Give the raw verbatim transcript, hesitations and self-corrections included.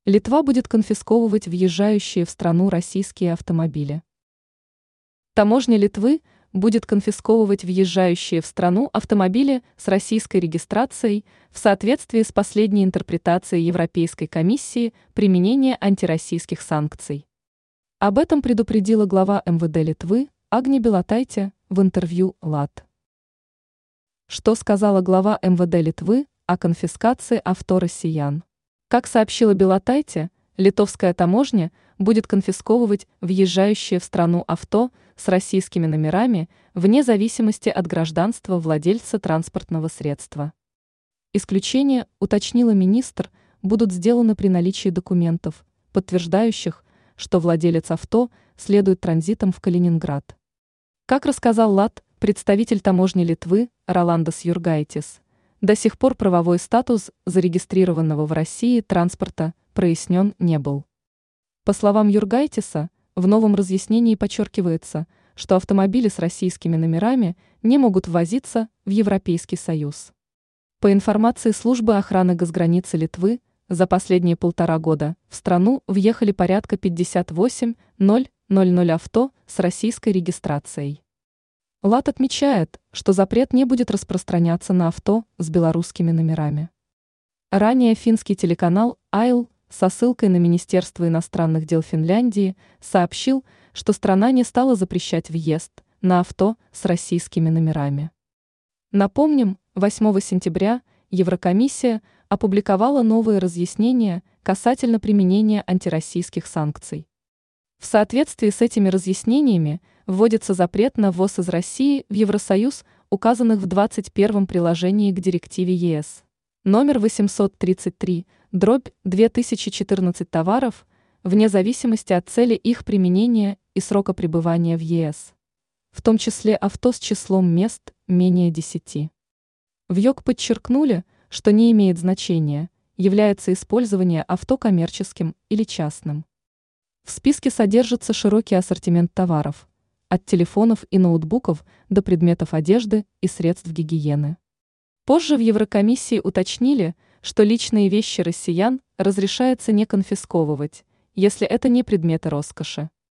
Литва будет конфисковывать въезжающие в страну российские автомобили. Таможня Литвы будет конфисковывать въезжающие в страну автомобили с российской регистрацией в соответствии с последней интерпретацией Европейской комиссии применения антироссийских санкций. Об этом предупредила глава эм вэ дэ Литвы Агния Белотайте в интервью ЛАТ. Что сказала глава эм вэ дэ Литвы о конфискации авто россиян? Как сообщила Белотайте, литовская таможня будет конфисковывать въезжающие в страну авто с российскими номерами вне зависимости от гражданства владельца транспортного средства. Исключения, уточнила министр, будут сделаны при наличии документов, подтверждающих, что владелец авто следует транзитом в Калининград. Как рассказал ЛАТ, представитель таможни Литвы Роландас Юргайтис, до сих пор правовой статус зарегистрированного в России транспорта прояснен не был. По словам Юргайтиса, в новом разъяснении подчеркивается, что автомобили с российскими номерами не могут ввозиться в Европейский Союз. По информации службы охраны госграницы Литвы, за последние полтора года в страну въехали порядка пятьдесят восемь тысяч авто с российской регистрацией. ЛАТ отмечает, что запрет не будет распространяться на авто с белорусскими номерами. Ранее финский телеканал Айл со ссылкой на Министерство иностранных дел Финляндии сообщил, что страна не стала запрещать въезд на авто с российскими номерами. Напомним, восьмого сентября Еврокомиссия опубликовала новые разъяснения касательно применения антироссийских санкций. В соответствии с этими разъяснениями вводится запрет на ввоз из России в Евросоюз, указанных в двадцать первом приложении к директиве е эс номер восемьсот тридцать три дробь две тысячи четырнадцать товаров, вне зависимости от цели их применения и срока пребывания в е эс, в том числе авто с числом мест менее десяти. В ЙОК подчеркнули, что не имеет значения, является использование авто коммерческим или частным. В списке содержится широкий ассортимент товаров, от телефонов и ноутбуков до предметов одежды и средств гигиены. Позже в Еврокомиссии уточнили, что личные вещи россиян разрешается не конфисковывать, если это не предметы роскоши.